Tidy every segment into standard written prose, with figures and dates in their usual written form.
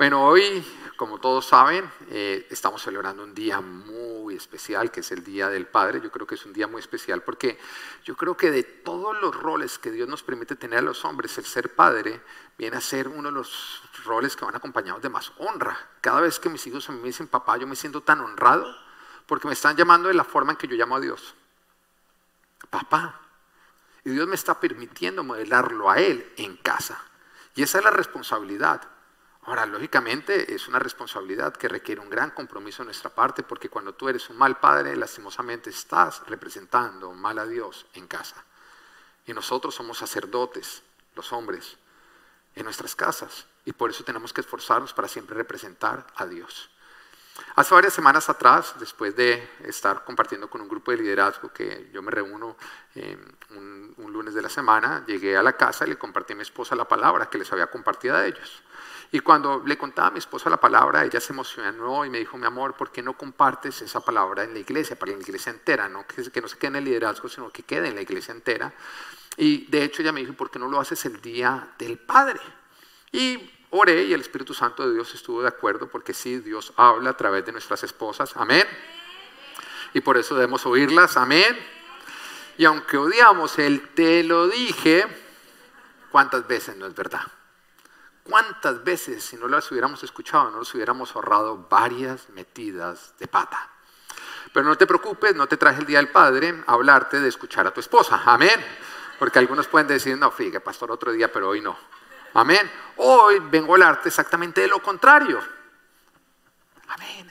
Bueno, hoy, como todos saben, estamos celebrando un día muy especial, que es el Día del Padre. Yo creo que es un día muy especial porque yo creo que de todos los roles que Dios nos permite tener a los hombres, el ser padre viene a ser uno de los roles que van acompañados de más honra. Cada vez que mis hijos a mí me dicen papá, yo me siento tan honrado porque me están llamando de la forma en que yo llamo a Dios. Papá. Y Dios me está permitiendo modelarlo a Él en casa. Y esa es la responsabilidad. Ahora, lógicamente, es una responsabilidad que requiere un gran compromiso de nuestra parte, porque cuando tú eres un mal padre, lastimosamente estás representando mal a Dios en casa. Y nosotros somos sacerdotes, los hombres, en nuestras casas. Y por eso tenemos que esforzarnos para siempre representar a Dios. Hace varias semanas atrás, después de estar compartiendo con un grupo de liderazgo que yo me reúno un lunes de la semana, llegué a la casa y le compartí a mi esposa la palabra que les había compartido a ellos. Y cuando le contaba a mi esposa la palabra, ella se emocionó y me dijo, mi amor, ¿por qué no compartes esa palabra en la iglesia, para la iglesia entera? No que no se quede en el liderazgo, sino que quede en la iglesia entera. Y de hecho ella me dijo, ¿por qué no lo haces el Día del Padre? Y oré y el Espíritu Santo de Dios estuvo de acuerdo, porque sí, Dios habla a través de nuestras esposas, amén. Y por eso debemos oírlas, amén. Y aunque odiamos el te lo dije, ¿cuántas veces no es verdad? ¿Cuántas veces, si no las hubiéramos escuchado, no nos hubiéramos ahorrado varias metidas de pata? Pero no te preocupes, no te traje el Día del Padre a hablarte de escuchar a tu esposa, amén. Porque algunos pueden decir, no, fíjate, pastor, otro día, pero hoy no. Amén. Hoy vengo a hablarte exactamente de lo contrario. Amén.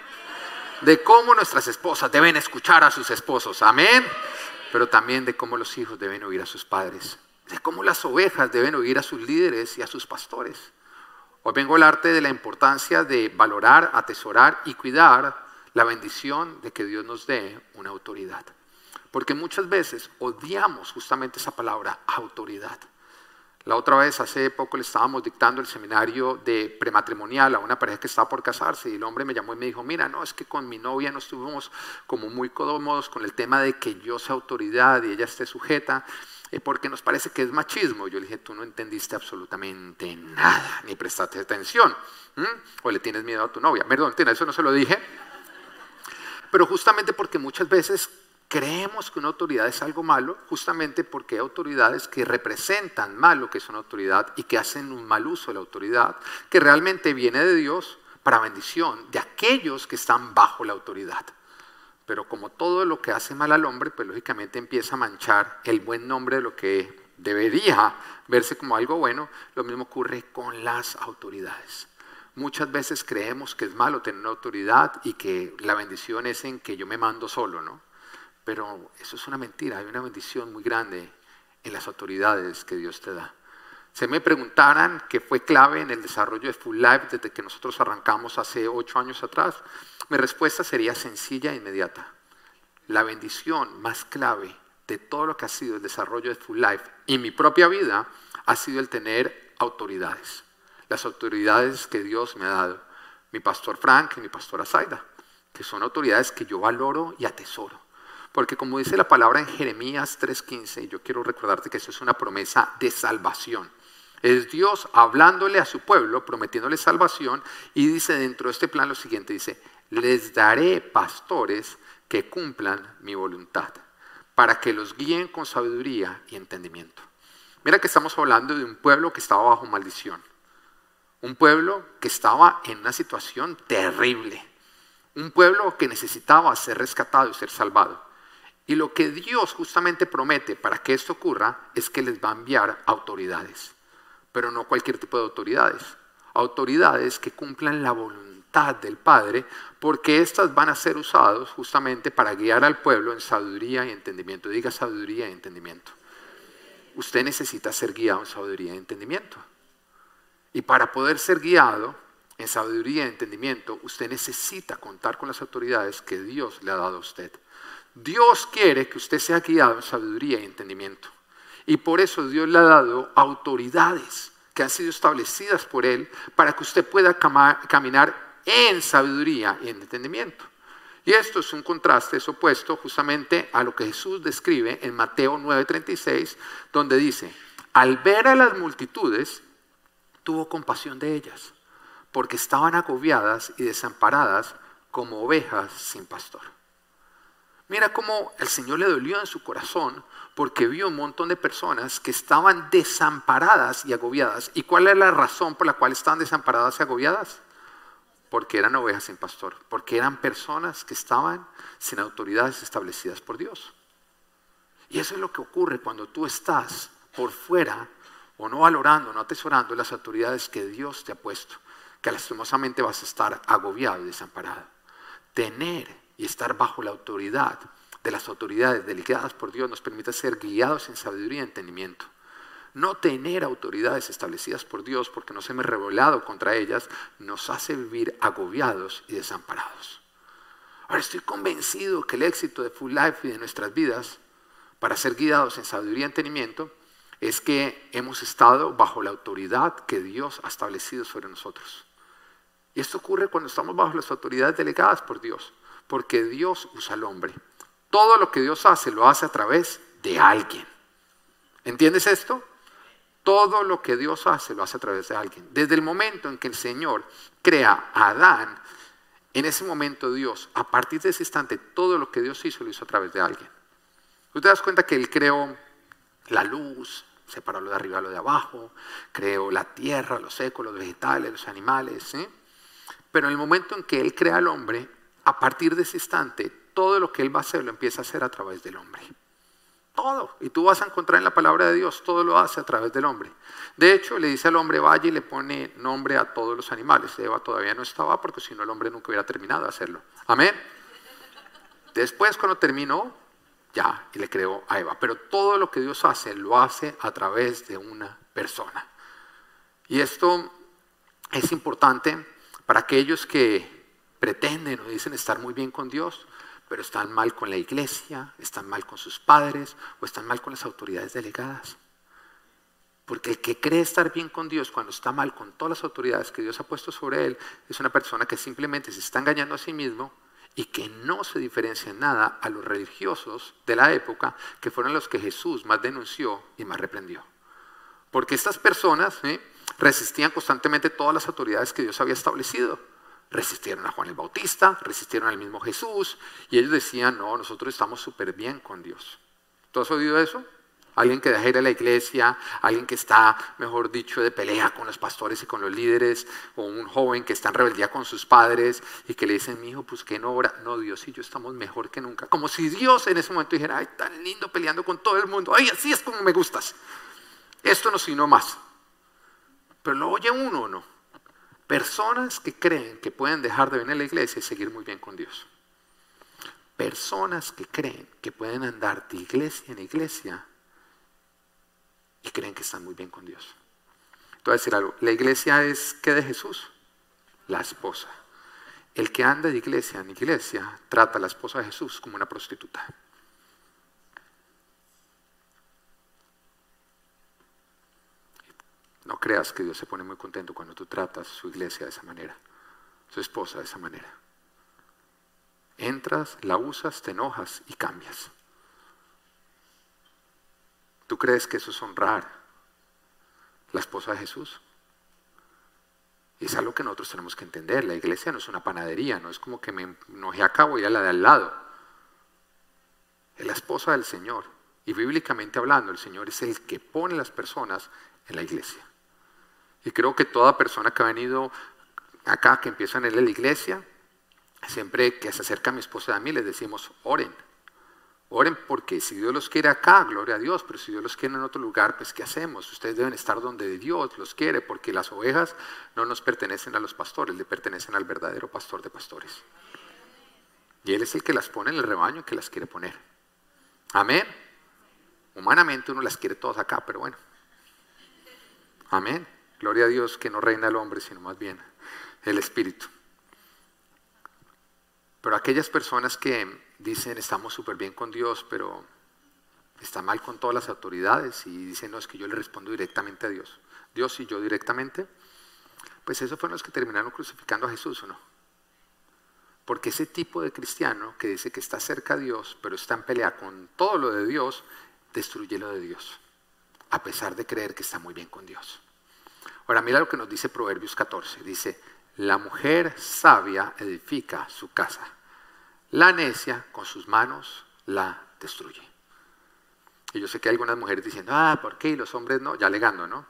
De cómo nuestras esposas deben escuchar a sus esposos. Amén. Pero también de cómo los hijos deben oír a sus padres. De cómo las ovejas deben oír a sus líderes y a sus pastores. Hoy vengo a hablarte de la importancia de valorar, atesorar y cuidar la bendición de que Dios nos dé una autoridad. Porque muchas veces odiamos justamente esa palabra, autoridad. La otra vez, hace poco, le estábamos dictando el seminario de prematrimonial a una pareja que estaba por casarse y el hombre me llamó y me dijo, mira, no, es que con mi novia no estuvimos como muy cómodos con el tema de que yo sea autoridad y ella esté sujeta, porque nos parece que es machismo. Yo le dije, tú no entendiste absolutamente nada, ni prestaste atención, o le tienes miedo a tu novia. Perdón, eso no se lo dije, pero justamente porque muchas veces creemos que una autoridad es algo malo, justamente porque hay autoridades que representan mal lo que es una autoridad y que hacen un mal uso de la autoridad, que realmente viene de Dios para bendición de aquellos que están bajo la autoridad. Pero como todo lo que hace mal al hombre, pues lógicamente empieza a manchar el buen nombre de lo que debería verse como algo bueno. Lo mismo ocurre con las autoridades. Muchas veces creemos que es malo tener una autoridad y que la bendición es en que yo me mando solo, ¿no? Pero eso es una mentira, hay una bendición muy grande en las autoridades que Dios te da. Si me preguntaran qué fue clave en el desarrollo de Full Life desde que nosotros arrancamos hace 8 años atrás, mi respuesta sería sencilla e inmediata. La bendición más clave de todo lo que ha sido el desarrollo de Full Life y mi propia vida ha sido el tener autoridades. Las autoridades que Dios me ha dado, mi pastor Frank y mi pastora Zaida, que son autoridades que yo valoro y atesoro. Porque como dice la palabra en Jeremías 3:15, y yo quiero recordarte que eso es una promesa de salvación. Es Dios hablándole a su pueblo, prometiéndole salvación, y dice dentro de este plan lo siguiente, dice, les daré pastores que cumplan mi voluntad, para que los guíen con sabiduría y entendimiento. Mira que estamos hablando de un pueblo que estaba bajo maldición, un pueblo que estaba en una situación terrible, un pueblo que necesitaba ser rescatado y ser salvado. Y lo que Dios justamente promete para que esto ocurra es que les va a enviar autoridades, pero no cualquier tipo de autoridades, autoridades que cumplan la voluntad del Padre, porque estas van a ser usadas justamente para guiar al pueblo en sabiduría y entendimiento. Diga sabiduría y entendimiento. Usted necesita ser guiado en sabiduría y entendimiento. Y para poder ser guiado en sabiduría y entendimiento, usted necesita contar con las autoridades que Dios le ha dado a usted. Dios quiere que usted sea guiado en sabiduría y entendimiento. Y por eso Dios le ha dado autoridades que han sido establecidas por Él para que usted pueda caminar en sabiduría y en entendimiento. Y esto es un contraste, es opuesto justamente a lo que Jesús describe en Mateo 9:36, donde dice, al ver a las multitudes, tuvo compasión de ellas, porque estaban agobiadas y desamparadas como ovejas sin pastor. Mira cómo el Señor le dolió en su corazón porque vio un montón de personas que estaban desamparadas y agobiadas. ¿Y cuál es la razón por la cual estaban desamparadas y agobiadas? Porque eran ovejas sin pastor, porque eran personas que estaban sin autoridades establecidas por Dios. Y eso es lo que ocurre cuando tú estás por fuera o no valorando, no atesorando las autoridades que Dios te ha puesto, que lastimosamente vas a estar agobiado y desamparado. Tener y estar bajo la autoridad de las autoridades delegadas por Dios nos permite ser guiados en sabiduría y entendimiento. No tener autoridades establecidas por Dios porque nos hemos rebelado contra ellas nos hace vivir agobiados y desamparados. Ahora estoy convencido que el éxito de Full Life y de nuestras vidas para ser guiados en sabiduría y entendimiento es que hemos estado bajo la autoridad que Dios ha establecido sobre nosotros. Y esto ocurre cuando estamos bajo las autoridades delegadas por Dios, porque Dios usa al hombre. Todo lo que Dios hace lo hace a través de alguien. ¿Entiendes esto? Todo lo que Dios hace lo hace a través de alguien. Desde el momento en que el Señor crea a Adán, en ese momento Dios, a partir de ese instante, todo lo que Dios hizo lo hizo a través de alguien. Tú te das cuenta que Él creó la luz, separó lo de arriba, lo de abajo, creó la tierra, lo seco, los vegetales, los animales, ¿sí? Pero en el momento en que Él crea al hombre, a partir de ese instante, todo lo que Él va a hacer lo empieza a hacer a través del hombre. Todo. Y tú vas a encontrar en la palabra de Dios, todo lo hace a través del hombre. De hecho, le dice al hombre, vaya y le pone nombre a todos los animales. Eva todavía no estaba porque si no el hombre nunca hubiera terminado de hacerlo. Amén. Después cuando terminó, ya, y le creó a Eva. Pero todo lo que Dios hace, lo hace a través de una persona. Y esto es importante para aquellos que pretenden o dicen estar muy bien con Dios, pero están mal con la iglesia, están mal con sus padres o están mal con las autoridades delegadas. Porque el que cree estar bien con Dios cuando está mal con todas las autoridades que Dios ha puesto sobre él, es una persona que simplemente se está engañando a sí mismo y que no se diferencia en nada a los religiosos de la época, que fueron los que Jesús más denunció y más reprendió. Porque estas personas resistían constantemente todas las autoridades que Dios había establecido. Resistieron a Juan el Bautista, resistieron al mismo Jesús, y ellos decían, no, nosotros estamos súper bien con Dios. ¿Tú has oído eso? Alguien que deja ir a la iglesia, alguien que está, mejor dicho, de pelea con los pastores y con los líderes, o un joven que está en rebeldía con sus padres y que le dicen, mi hijo, pues que no ora. No, Dios y yo estamos mejor que nunca. Como si Dios en ese momento dijera, ay, tan lindo peleando con todo el mundo, ay, así es como me gustas. Esto no sino más. Pero lo oye uno o no. Personas que creen que pueden dejar de venir a la iglesia y seguir muy bien con Dios. Personas que creen que pueden andar de iglesia en iglesia y creen que están muy bien con Dios. Te voy a decir algo. La iglesia es, ¿qué de Jesús? La esposa. El que anda de iglesia en iglesia trata a la esposa de Jesús como una prostituta. No creas que Dios se pone muy contento cuando tú tratas su iglesia de esa manera, su esposa de esa manera. Entras, la usas, te enojas y cambias. ¿Tú crees que eso es honrar la esposa de Jesús? Y es algo que nosotros tenemos que entender. La iglesia no es una panadería, no es como que me enojé acá, voy a la de al lado. Es la esposa del Señor. Y bíblicamente hablando, el Señor es el que pone las personas en la iglesia. Y creo que toda persona que ha venido acá, que empieza en la iglesia, siempre que se acerca a mi esposa y a mí, les decimos, oren. Oren porque si Dios los quiere acá, gloria a Dios, pero si Dios los quiere en otro lugar, pues ¿qué hacemos? Ustedes deben estar donde Dios los quiere, porque las ovejas no nos pertenecen a los pastores, le pertenecen al verdadero pastor de pastores. Y Él es el que las pone en el rebaño, que las quiere poner. Amén. Humanamente uno las quiere todas acá, pero bueno. Amén. Gloria a Dios que no reina el hombre, sino más bien el Espíritu. Pero aquellas personas que dicen estamos súper bien con Dios, pero está mal con todas las autoridades y dicen no, es que yo le respondo directamente a Dios. Dios y yo directamente, pues esos fueron los que terminaron crucificando a Jesús, ¿o no? Porque ese tipo de cristiano que dice que está cerca a Dios, pero está en pelea con todo lo de Dios, destruye lo de Dios, a pesar de creer que está muy bien con Dios. Ahora mira lo que nos dice Proverbios 14, dice, La mujer sabia edifica su casa. La necia con sus manos la destruye. Y yo sé que hay algunas mujeres diciendo, ¿por qué? Y los hombres no, ya alegando, ¿no?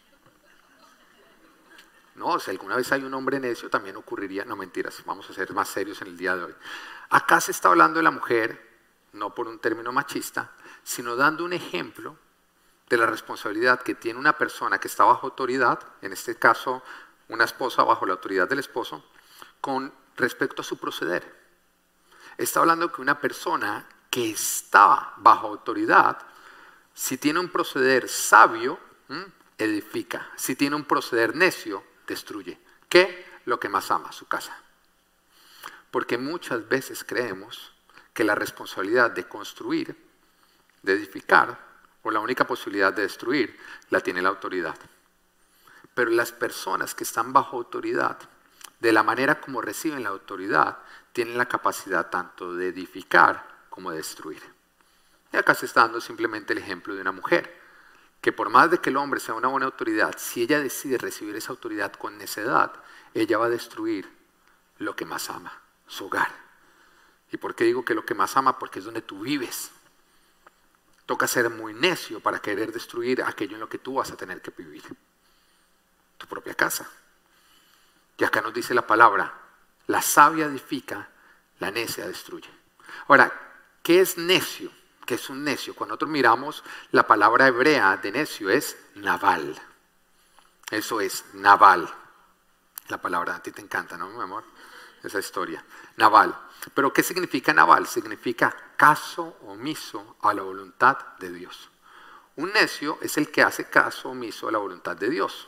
No, si alguna vez hay un hombre necio también ocurriría, no mentiras, vamos a ser más serios en el día de hoy. Acá se está hablando de la mujer, no por un término machista, sino dando un ejemplo de la responsabilidad que tiene una persona que está bajo autoridad, en este caso una esposa bajo la autoridad del esposo, con respecto a su proceder. Está hablando que una persona que está bajo autoridad, si tiene un proceder sabio, edifica. Si tiene un proceder necio, destruye. ¿Qué? Lo que más ama, su casa. Porque muchas veces creemos que la responsabilidad de construir, de edificar, o la única posibilidad de destruir, la tiene la autoridad. Pero las personas que están bajo autoridad, de la manera como reciben la autoridad, tienen la capacidad tanto de edificar como de destruir. Y acá se está dando simplemente el ejemplo de una mujer, que por más de que el hombre sea una buena autoridad, si ella decide recibir esa autoridad con necedad, ella va a destruir lo que más ama, su hogar. ¿Y por qué digo que lo que más ama? Porque es donde tú vives. Toca ser muy necio para querer destruir aquello en lo que tú vas a tener que vivir. Tu propia casa. Y acá nos dice la palabra, la sabia edifica, la necia destruye. Ahora, ¿qué es necio? ¿Qué es un necio? Cuando nosotros miramos la palabra hebrea de necio es Nabal. Eso es Nabal. La palabra a ti te encanta, ¿no, mi amor? Esa historia. Nabal. Pero ¿qué significa Nabal? Significa caso omiso a la voluntad de Dios. Un necio es el que hace caso omiso a la voluntad de Dios.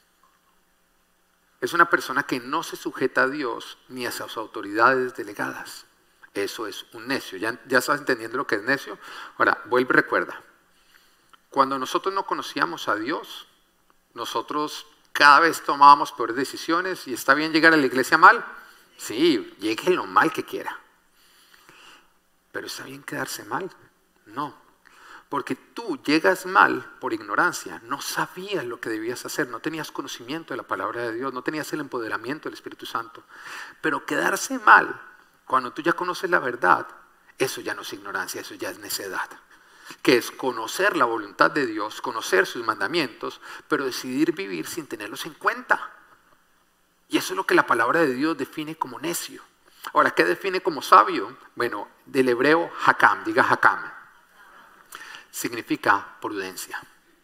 Es una persona que no se sujeta a Dios ni a sus autoridades delegadas. Eso es un necio. ¿Ya estás entendiendo lo que es necio? Ahora, vuelve y recuerda. Cuando nosotros no conocíamos a Dios, nosotros cada vez tomábamos peores decisiones. ¿Y está bien llegar a la iglesia mal? Sí, llegue lo mal que quiera. ¿Pero está bien quedarse mal? No. Porque tú llegas mal por ignorancia, no sabías lo que debías hacer, no tenías conocimiento de la palabra de Dios, no tenías el empoderamiento del Espíritu Santo. Pero quedarse mal, cuando tú ya conoces la verdad, eso ya no es ignorancia, eso ya es necedad. Que es conocer la voluntad de Dios, conocer sus mandamientos, pero decidir vivir sin tenerlos en cuenta. Y eso es lo que la palabra de Dios define como necio. Ahora, ¿qué define como sabio? Bueno, del hebreo hakam, diga hakam. Significa prudencia.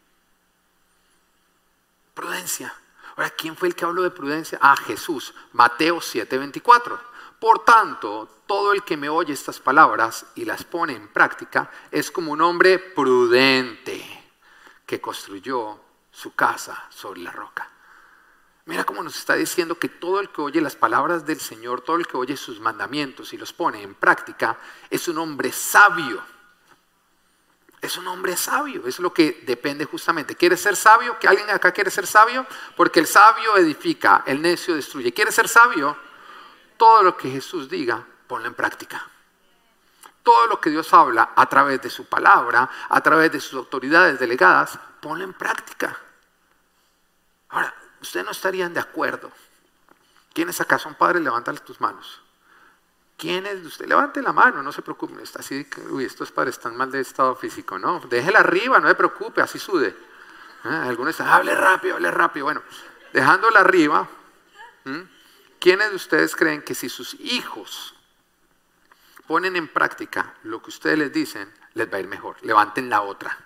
Prudencia. Ahora, ¿quién fue el que habló de prudencia? Jesús, Mateo 7:24. Por tanto, todo el que me oye estas palabras y las pone en práctica es como un hombre prudente que construyó su casa sobre la roca. Mira cómo nos está diciendo que todo el que oye las palabras del Señor, todo el que oye sus mandamientos y los pone en práctica, es un hombre sabio. Es un hombre sabio, es lo que depende justamente. ¿Quieres ser sabio? ¿Que alguien acá quiere ser sabio? Porque el sabio edifica, el necio destruye. ¿Quieres ser sabio? Todo lo que Jesús diga, ponlo en práctica. Todo lo que Dios habla a través de su palabra, a través de sus autoridades delegadas, ponlo en práctica. Ahora, ustedes no estarían de acuerdo. ¿Quiénes acá son padres? Levántale tus manos. ¿Quiénes de ustedes? Levante la mano, no se preocupe. Está así, estos padres están mal de estado físico. No, déjela arriba, no se preocupe, así sude. Algunos están, hable rápido. Bueno, dejándola arriba, ¿quiénes de ustedes creen que si sus hijos ponen en práctica lo que ustedes les dicen, les va a ir mejor? Levanten la otra.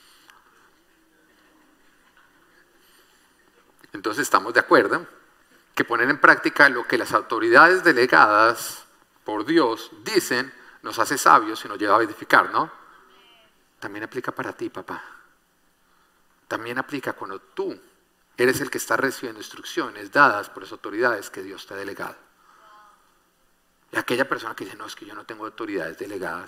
Entonces estamos de acuerdo que poner en práctica lo que las autoridades delegadas por Dios dicen nos hace sabios y nos lleva a edificar, ¿no? También aplica para ti, papá. También aplica cuando tú eres el que está recibiendo instrucciones dadas por las autoridades que Dios te ha delegado. Y aquella persona que dice, no, es que yo no tengo autoridades delegadas.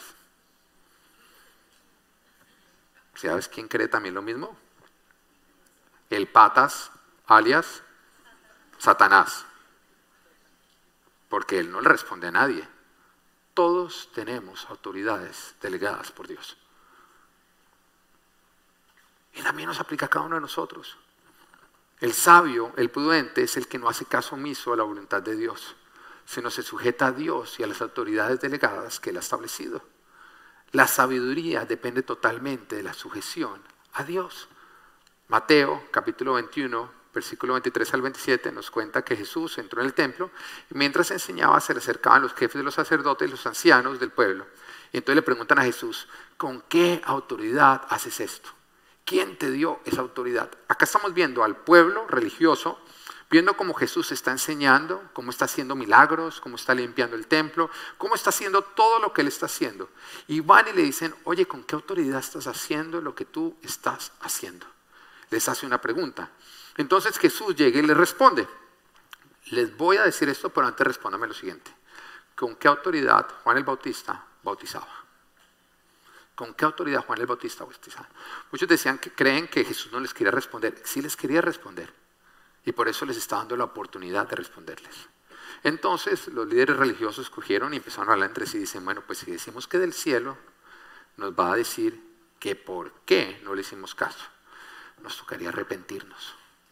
¿Sabes quién cree también lo mismo? El patas, alias Satanás. Porque él no le responde a nadie. Todos tenemos autoridades delegadas por Dios. Y también nos aplica a cada uno de nosotros. El sabio, el prudente, es el que no hace caso omiso a la voluntad de Dios, sino se sujeta a Dios y a las autoridades delegadas que Él ha establecido. La sabiduría depende totalmente de la sujeción a Dios. Mateo, capítulo 21, versículo 23 al 27, nos cuenta que Jesús entró en el templo y mientras enseñaba se le acercaban los jefes de los sacerdotes y los ancianos del pueblo. Y entonces le preguntan a Jesús, ¿con qué autoridad haces esto? ¿Quién te dio esa autoridad? Acá estamos viendo al pueblo religioso, viendo cómo Jesús está enseñando, cómo está haciendo milagros, cómo está limpiando el templo, cómo está haciendo todo lo que Él está haciendo. Y van y le dicen, oye, ¿con qué autoridad estás haciendo lo que tú estás haciendo? Les hace una pregunta. Entonces Jesús llega y les responde. Les voy a decir esto, pero antes respóndame lo siguiente. ¿Con qué autoridad Juan el Bautista bautizaba? ¿Con qué autoridad Juan el Bautista bautizaba? Muchos decían que creen que Jesús no les quería responder. Sí les quería responder. Y por eso les está dando la oportunidad de responderles. Entonces los líderes religiosos cogieron y empezaron a hablar entre sí y dicen, bueno, pues si decimos que del cielo, nos va a decir que por qué no le hicimos caso. Nos tocaría arrepentirnos.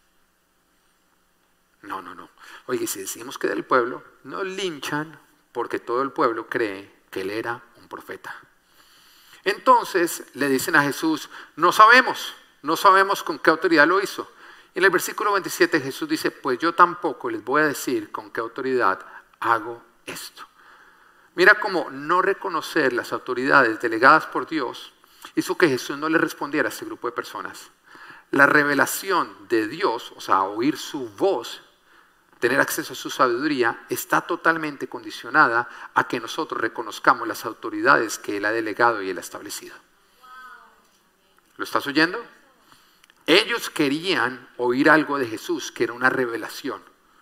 No. Oye, si decimos que del pueblo, nos linchan porque todo el pueblo cree que Él era un profeta. Entonces le dicen a Jesús, no sabemos con qué autoridad lo hizo. Y en el versículo 27 Jesús dice, pues yo tampoco les voy a decir con qué autoridad hago esto. Mira cómo no reconocer las autoridades delegadas por Dios hizo que Jesús no le respondiera a este grupo de personas. La revelación de Dios, o sea, oír su voz, tener acceso a su sabiduría, está totalmente condicionada a que nosotros reconozcamos las autoridades que Él ha delegado y Él ha establecido. ¿Lo estás oyendo? Ellos querían oír algo de Jesús, que era una revelación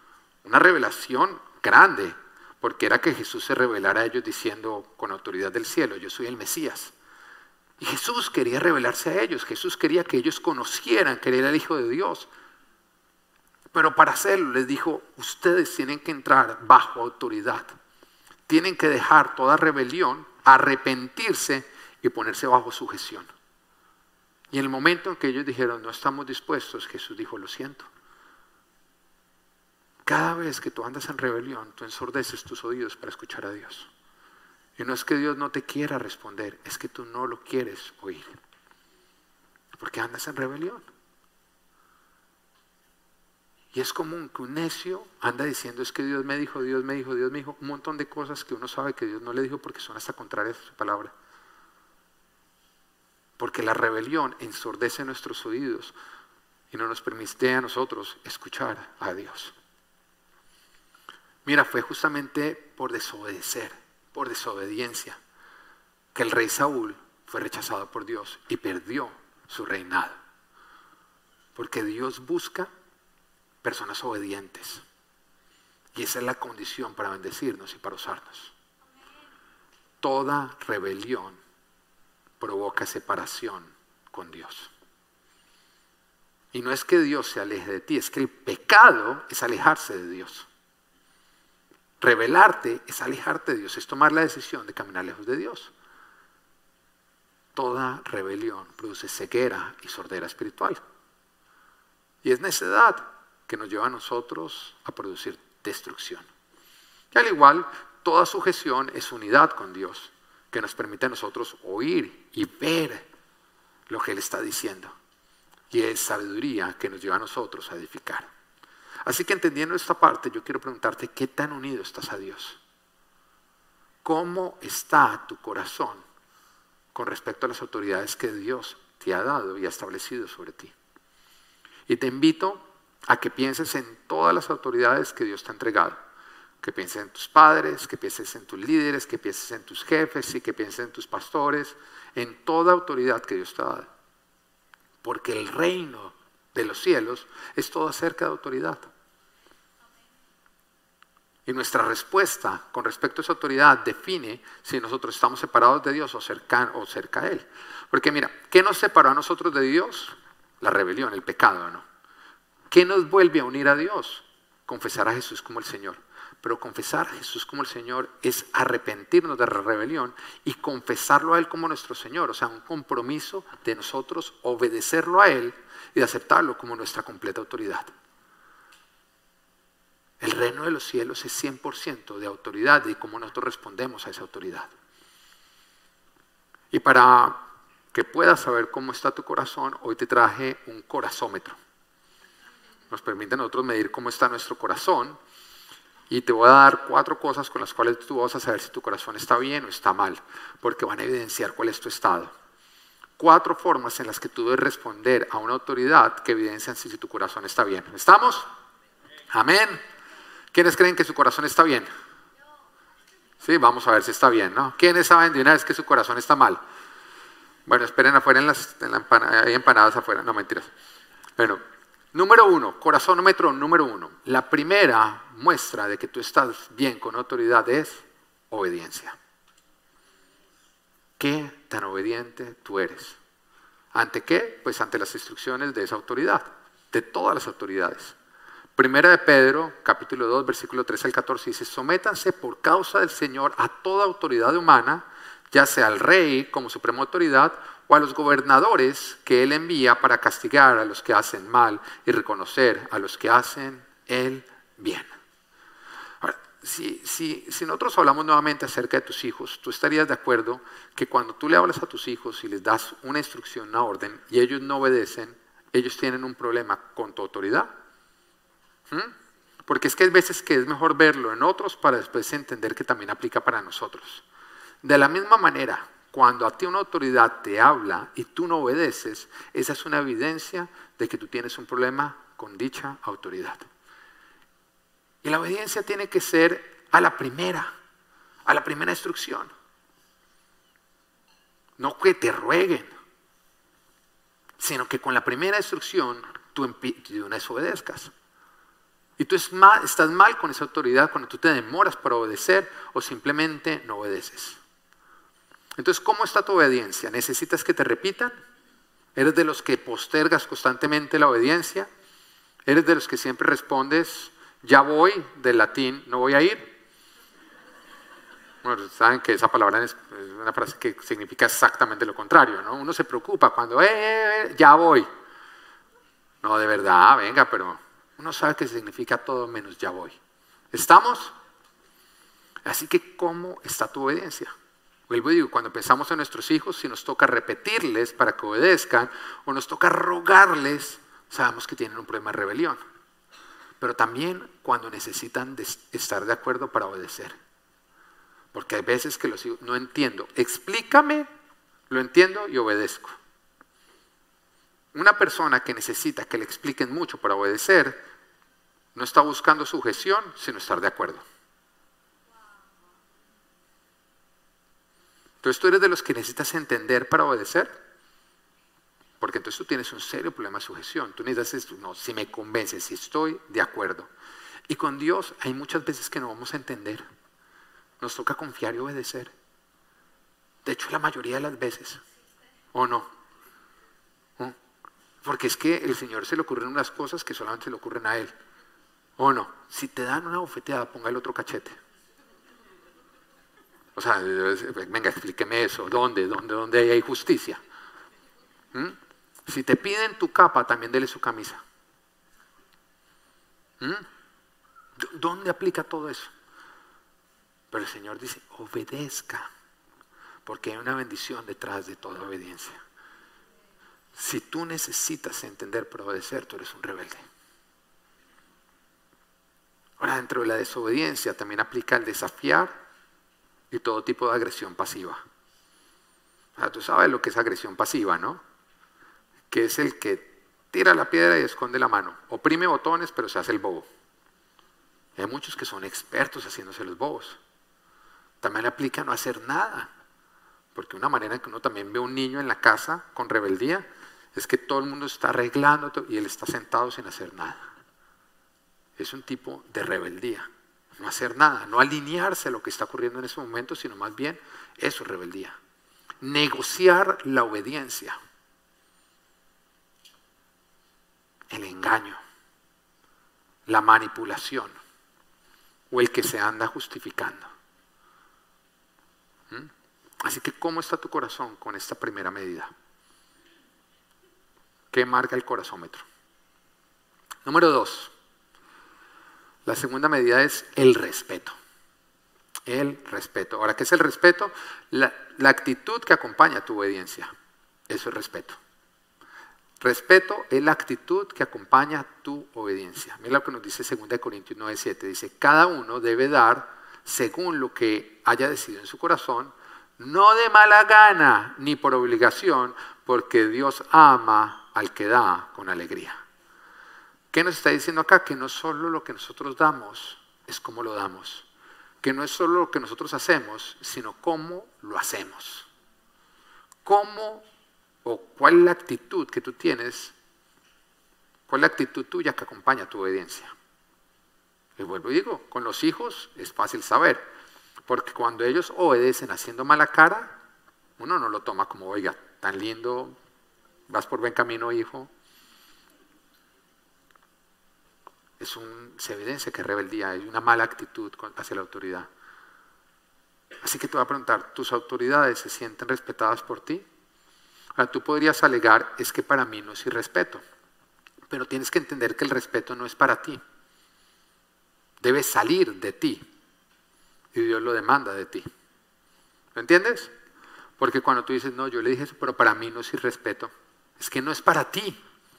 grande, porque era que Jesús se revelara a ellos diciendo con autoridad del cielo, yo soy el Mesías. Y Jesús quería revelarse a ellos, Jesús quería que ellos conocieran que Él era el Hijo de Dios. Pero para hacerlo les dijo, ustedes tienen que entrar bajo autoridad. Tienen que dejar toda rebelión, arrepentirse y ponerse bajo sujeción. Y en el momento en que ellos dijeron, no estamos dispuestos, Jesús dijo, lo siento. Cada vez que tú andas en rebelión, tú ensordeces tus oídos para escuchar a Dios. Y no es que Dios no te quiera responder, es que tú no lo quieres oír. Porque andas en rebelión. Y es común que un necio anda diciendo, es que Dios me dijo, un montón de cosas que uno sabe que Dios no le dijo porque son hasta contrarias a su palabra. Porque la rebelión ensordece nuestros oídos y no nos permite a nosotros escuchar a Dios. Mira, fue justamente por desobedecer, por desobediencia, que el rey Saúl fue rechazado por Dios y perdió su reinado. Porque Dios busca personas obedientes. Y esa es la condición para bendecirnos y para usarnos. Toda rebelión provoca separación con Dios. Y no es que Dios se aleje de ti, es que el pecado es alejarse de Dios. Rebelarte es alejarte de Dios, es tomar la decisión de caminar lejos de Dios. Toda rebelión produce ceguera y sordera espiritual. Y es necedad que nos lleva a nosotros a producir destrucción. Y al igual, toda sujeción es unidad con Dios, que nos permite a nosotros oír y ver lo que Él está diciendo. Y es sabiduría que nos lleva a nosotros a edificar. Así que entendiendo esta parte, yo quiero preguntarte, ¿qué tan unido estás a Dios? ¿Cómo está tu corazón con respecto a las autoridades que Dios te ha dado y ha establecido sobre ti? Y te invito a que pienses en todas las autoridades que Dios te ha entregado. Que pienses en tus padres, que pienses en tus líderes, que pienses en tus jefes y que pienses en tus pastores, en toda autoridad que Dios te ha dado. Porque el reino de los cielos es todo acerca de autoridad. Y nuestra respuesta con respecto a esa autoridad define si nosotros estamos separados de Dios o cerca a Él. Porque mira, ¿qué nos separó a nosotros de Dios? La rebelión, el pecado, ¿no? ¿Qué nos vuelve a unir a Dios? Confesar a Jesús como el Señor. Pero confesar a Jesús como el Señor es arrepentirnos de la rebelión y confesarlo a Él como nuestro Señor. O sea, un compromiso de nosotros obedecerlo a Él y de aceptarlo como nuestra completa autoridad. El reino de los cielos es 100% de autoridad y cómo nosotros respondemos a esa autoridad. Y para que puedas saber cómo está tu corazón, hoy te traje un corazómetro. Nos permite a nosotros medir cómo está nuestro corazón y te voy a dar 4 cosas con las cuales tú vas a saber si tu corazón está bien o está mal, porque van a evidenciar cuál es tu estado. 4 formas en las que tú debes responder a una autoridad que evidencian si tu corazón está bien. ¿Estamos? Amén. ¿Quiénes creen que su corazón está bien? Sí, vamos a ver si está bien, ¿no? ¿Quiénes saben de una vez que su corazón está mal? Bueno, esperen afuera hay empanadas afuera, no mentiras. Bueno, número 1, corazómetro número 1. La primera muestra de que tú estás bien con autoridad es obediencia. ¿Qué tan obediente tú eres? ¿Ante qué? Pues ante las instrucciones de esa autoridad, de todas las autoridades. Primera de Pedro, capítulo 2, versículo 13 al 14, dice: sométanse por causa del Señor a toda autoridad humana, ya sea al rey como suprema autoridad o a los gobernadores que él envía para castigar a los que hacen mal y reconocer a los que hacen el bien. Ahora, si nosotros hablamos nuevamente acerca de tus hijos, tú estarías de acuerdo que cuando tú le hablas a tus hijos y les das una instrucción, una orden, y ellos no obedecen, ellos tienen un problema con tu autoridad. Porque es que hay veces que es mejor verlo en otros para después entender que también aplica para nosotros. De la misma manera, cuando a ti una autoridad te habla y tú no obedeces, esa es una evidencia de que tú tienes un problema con dicha autoridad. Y la obediencia tiene que ser a la primera instrucción. No que te rueguen, sino que con la primera instrucción tú desobedezcas. Y tú estás mal con esa autoridad cuando tú te demoras para obedecer o simplemente no obedeces. Entonces, ¿cómo está tu obediencia? ¿Necesitas que te repitan? ¿Eres de los que postergas constantemente la obediencia? ¿Eres de los que siempre respondes, ya voy, del latín, no voy a ir? Bueno, saben que esa palabra es una frase que significa exactamente lo contrario, ¿no? Uno se preocupa cuando, ya voy. No, de verdad, venga, pero uno sabe que significa todo menos ya voy. ¿Estamos? Así que, ¿cómo está tu obediencia? Vuelvo y digo, cuando pensamos en nuestros hijos, si nos toca repetirles para que obedezcan o nos toca rogarles, sabemos que tienen un problema de rebelión. Pero también cuando necesitan estar de acuerdo para obedecer. Porque hay veces que los hijos, no entiendo, explícame, lo entiendo y obedezco. Una persona que necesita que le expliquen mucho para obedecer, no está buscando sujeción, sino estar de acuerdo. Entonces, ¿tú eres de los que necesitas entender para obedecer? Porque entonces tú tienes un serio problema de sujeción. Tú necesitas esto, no, si me convences, si estoy de acuerdo. Y con Dios hay muchas veces que no vamos a entender. Nos toca confiar y obedecer. De hecho, la mayoría de las veces. ¿O no? ¿Oh? Porque es que el Señor se le ocurren unas cosas que solamente se le ocurren a Él. ¿O no? Si te dan una bofeteada, ponga el otro cachete. O sea, venga, explíqueme eso. ¿Dónde hay justicia? Si te piden tu capa, también dele su camisa. ¿Dónde aplica todo eso? Pero el Señor dice, obedezca, porque hay una bendición detrás de toda obediencia. Si tú necesitas entender para obedecer, tú eres un rebelde. Ahora, dentro de la desobediencia también aplica el desafiar y todo tipo de agresión pasiva. O sea, tú sabes lo que es agresión pasiva, ¿no? Que es el que tira la piedra y esconde la mano. Oprime botones, pero se hace el bobo. Y hay muchos que son expertos haciéndose los bobos. También aplica no hacer nada. Porque una manera en que uno también ve a un niño en la casa con rebeldía es que todo el mundo está arreglando y él está sentado sin hacer nada. Es un tipo de rebeldía. No hacer nada, no alinearse a lo que está ocurriendo en ese momento, sino más bien eso es rebeldía. Negociar la obediencia. El engaño. La manipulación. O el que se anda justificando. Así que, ¿cómo está tu corazón con esta primera medida? ¿Qué marca el corazómetro? Número 2. La segunda medida es el respeto. El respeto. Ahora, ¿qué es el respeto? La actitud que acompaña tu obediencia. Eso es respeto. Respeto es la actitud que acompaña tu obediencia. Mira lo que nos dice 2 Corintios 9:7. Dice, cada uno debe dar según lo que haya decidido en su corazón, no de mala gana ni por obligación, porque Dios ama al que da con alegría. ¿Qué nos está diciendo acá? Que no solo lo que nosotros damos es cómo lo damos. Que no es solo lo que nosotros hacemos, sino cómo lo hacemos. ¿Cómo o cuál es la actitud que tú tienes? ¿Cuál es la actitud tuya que acompaña tu obediencia? Y vuelvo y digo, con los hijos es fácil saber, porque cuando ellos obedecen haciendo mala cara, uno no lo toma como, oiga, tan lindo, vas por buen camino, hijo. Se evidencia que es rebeldía, hay una mala actitud hacia la autoridad. Así que te voy a preguntar, ¿tus autoridades se sienten respetadas por ti? Ahora, tú podrías alegar, es que para mí no es irrespeto, pero tienes que entender que el respeto no es para ti. Debe salir de ti y Dios lo demanda de ti. ¿Lo entiendes? Porque cuando tú dices, no, yo le dije eso, pero para mí no es irrespeto, es que no es para ti.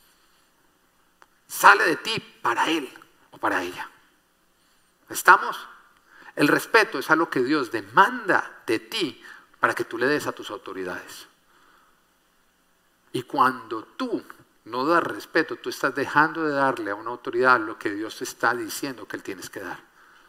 Sale de ti para él o para ella. ¿Estamos? El respeto es algo que Dios demanda de ti para que tú le des a tus autoridades. Y cuando tú no das respeto, tú estás dejando de darle a una autoridad lo que Dios te está diciendo que él tienes que dar.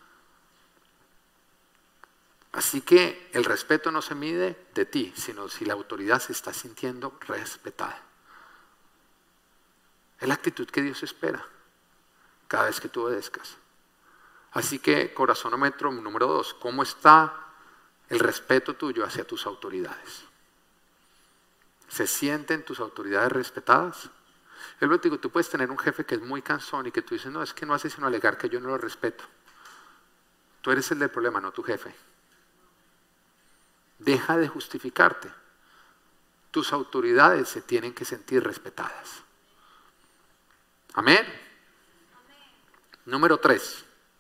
Así que el respeto no se mide de ti, sino si la autoridad se está sintiendo respetada. Es la actitud que Dios espera cada vez que tú obedezcas. Así que corazonómetro número 2, ¿cómo está el respeto tuyo hacia tus autoridades? ¿Se sienten tus autoridades respetadas? Es lo que digo, tú puedes tener un jefe que es muy cansón y que tú dices, no, es que no hace sino alegar que yo no lo respeto. Tú eres el del problema, no tu jefe. Deja de justificarte. Tus autoridades se tienen que sentir respetadas. Amén. Número 3.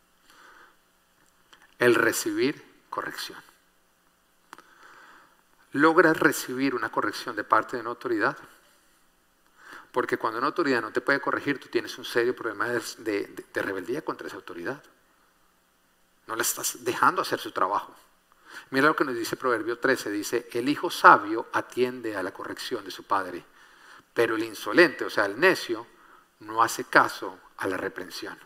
El recibir corrección. ¿Logras recibir una corrección de parte de una autoridad? Porque cuando una autoridad no te puede corregir, tú tienes un serio problema de rebeldía contra esa autoridad. No la estás dejando hacer su trabajo. Mira lo que nos dice Proverbio 13, dice, el hijo sabio atiende a la corrección de su padre, pero el insolente, o sea, el necio, no hace caso a la reprensión.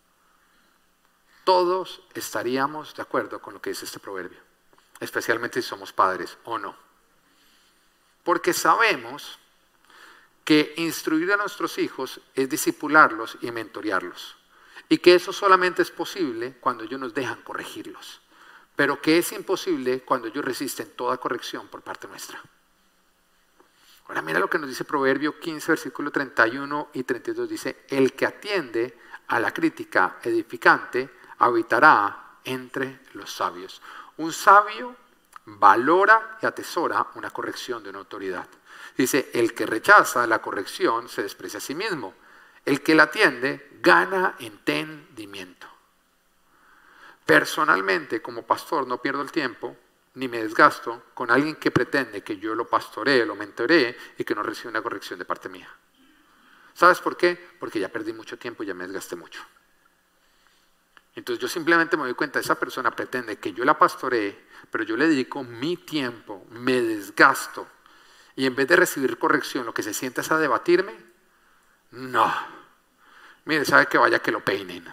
Todos estaríamos de acuerdo con lo que dice este proverbio, especialmente si somos padres o no. Porque sabemos que instruir a nuestros hijos es discipularlos y mentorearlos. Y que eso solamente es posible cuando ellos nos dejan corregirlos. Pero que es imposible cuando ellos resisten toda corrección por parte nuestra. Ahora mira lo que nos dice Proverbio 15, versículo 31 y 32. Dice, el que atiende a la crítica edificante habitará entre los sabios. Un sabio valora y atesora una corrección de una autoridad. Dice, el que rechaza la corrección se desprecia a sí mismo. El que la atiende gana entendimiento. Personalmente, como pastor, no pierdo el tiempo ni me desgasto con alguien que pretende que yo lo pastoree, lo mentoree y que no reciba una corrección de parte mía. ¿Sabes por qué? Porque ya perdí mucho tiempo y ya me desgasté mucho. Entonces yo simplemente me doy cuenta, esa persona pretende que yo la pastoree, pero yo le dedico mi tiempo, me desgasto, y en vez de recibir corrección, lo que se sienta es a debatirme. No. Mire, sabe que vaya que lo peinen.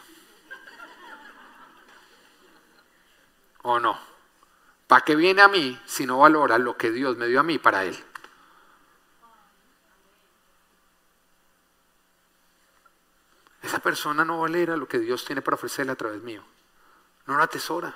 ¿O no? ¿Para qué viene a mí si no valora lo que Dios me dio a mí para él? Esa persona no valora lo que Dios tiene para ofrecerle a través mío. No lo atesora.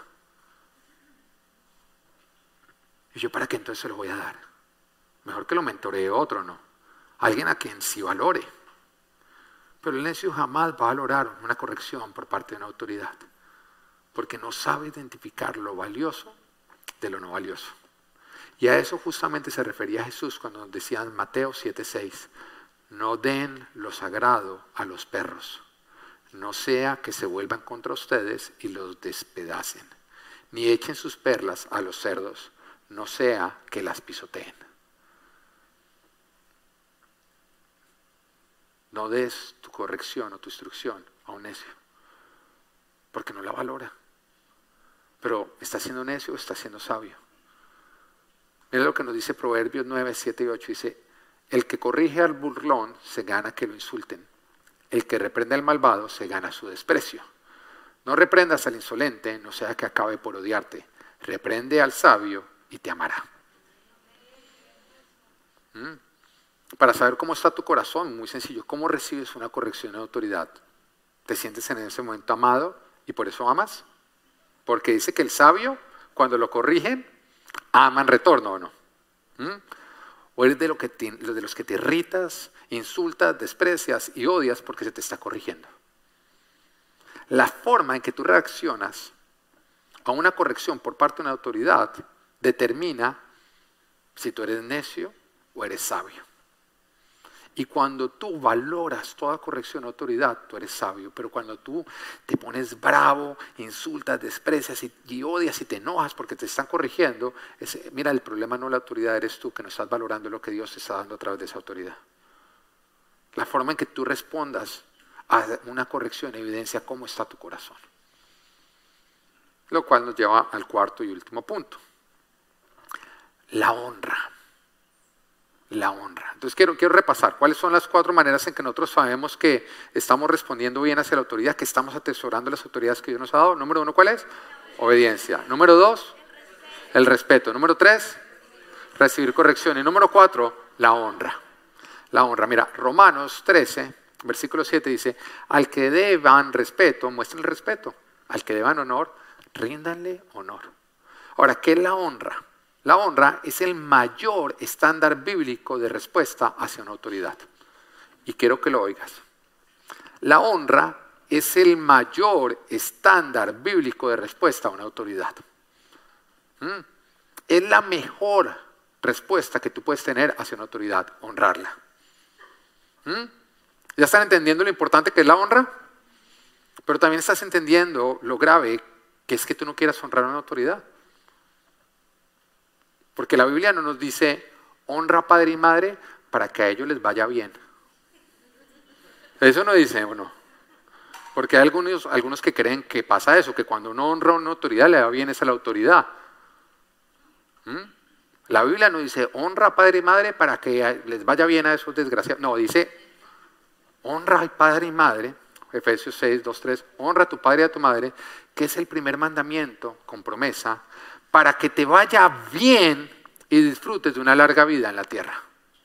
¿Y yo para qué entonces se lo voy a dar? Mejor que lo mentoree otro, ¿no? Alguien a quien sí valore. Pero el necio jamás va a valorar una corrección por parte de una autoridad. Porque no sabe identificar lo valioso de lo no valioso. Y a eso justamente se refería Jesús cuando nos decía en Mateo 7:6, no den lo sagrado a los perros, no sea que se vuelvan contra ustedes y los despedacen, ni echen sus perlas a los cerdos, no sea que las pisoteen. No des tu corrección o tu instrucción a un necio, porque no la valora. Pero ¿está siendo necio o está siendo sabio? Mira lo que nos dice Proverbios 9, 7 y 8. Dice, el que corrige al burlón se gana que lo insulten. El que reprende al malvado se gana su desprecio. No reprendas al insolente, no sea que acabe por odiarte. Reprende al sabio y te amará. Para saber cómo está tu corazón, muy sencillo. ¿Cómo recibes una corrección de autoridad? ¿Te sientes en ese momento amado y por eso amas? Porque dice que el sabio, cuando lo corrigen, ama en retorno, ¿o no? ¿O eres de los que te irritas, insultas, desprecias y odias porque se te está corrigiendo? La forma en que tú reaccionas a una corrección por parte de una autoridad determina si tú eres necio o eres sabio. Y cuando tú valoras toda corrección o autoridad, tú eres sabio. Pero cuando tú te pones bravo, insultas, desprecias y odias y te enojas porque te están corrigiendo, mira, el problema no es la autoridad, eres tú que no estás valorando lo que Dios te está dando a través de esa autoridad. La forma en que tú respondas a una corrección evidencia cómo está tu corazón. Lo cual nos lleva al cuarto y último punto. La honra. La honra. Entonces quiero repasar cuáles son las 4 maneras en que nosotros sabemos que estamos respondiendo bien hacia la autoridad, que estamos atesorando las autoridades que Dios nos ha dado. Número 1, ¿cuál es? Obediencia. Número 2, el respeto. Número 3, recibir corrección. Y número 4, la honra. La honra. Mira, Romanos 13, versículo 7 dice, al que deban respeto, muestren el respeto. Al que deban honor, ríndanle honor. Ahora, ¿qué es la honra? La honra es el mayor estándar bíblico de respuesta hacia una autoridad. Y quiero que lo oigas. La honra es el mayor estándar bíblico de respuesta a una autoridad. Es la mejor respuesta que tú puedes tener hacia una autoridad, honrarla. ¿Ya están entendiendo lo importante que es la honra? Pero también estás entendiendo lo grave que es que tú no quieras honrar a una autoridad. Porque la Biblia no nos dice, honra a padre y madre para que a ellos les vaya bien. Eso no dice, bueno. Porque hay algunos que creen que pasa eso, que cuando uno honra a una autoridad le va bien es a la autoridad. La Biblia no dice, honra a padre y madre para que les vaya bien a esos desgraciados. No, dice, honra a padre y madre, Efesios 6, 2, 3, honra a tu padre y a tu madre, que es el primer mandamiento con promesa, para que te vaya bien y disfrutes de una larga vida en la tierra.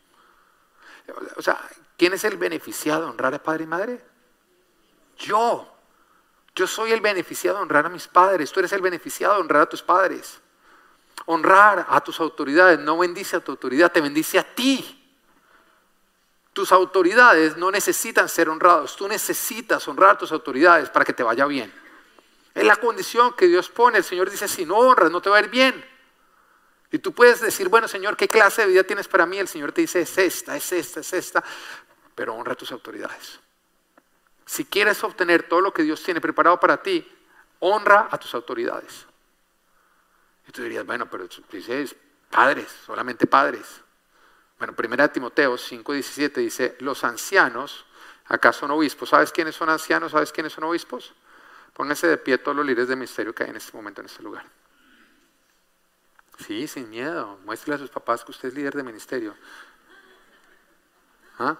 O sea, ¿quién es el beneficiado de honrar a padre y madre? Yo soy el beneficiado de honrar a mis padres, tú eres el beneficiado de honrar a tus padres. Honrar a tus autoridades no bendice a tu autoridad, te bendice a ti. Tus autoridades no necesitan ser honrados, tú necesitas honrar a tus autoridades para que te vaya bien. Es la condición que Dios pone. El Señor dice, si no honras, no te va a ir bien. Y tú puedes decir, bueno, Señor, ¿qué clase de vida tienes para mí? El Señor te dice, es esta, es esta, es esta. Pero honra a tus autoridades. Si quieres obtener todo lo que Dios tiene preparado para ti, honra a tus autoridades. Y tú dirías, bueno, pero dices, padres, solamente padres. Bueno, 1 Timoteo 5:17 dice, los ancianos, acá son obispos. ¿Sabes quiénes son ancianos? ¿Sabes quiénes son obispos? Pónganse de pie todos los líderes de ministerio que hay en este momento en este lugar. Sí, sin miedo. Muéstrele a sus papás que usted es líder de ministerio. ¿Ah?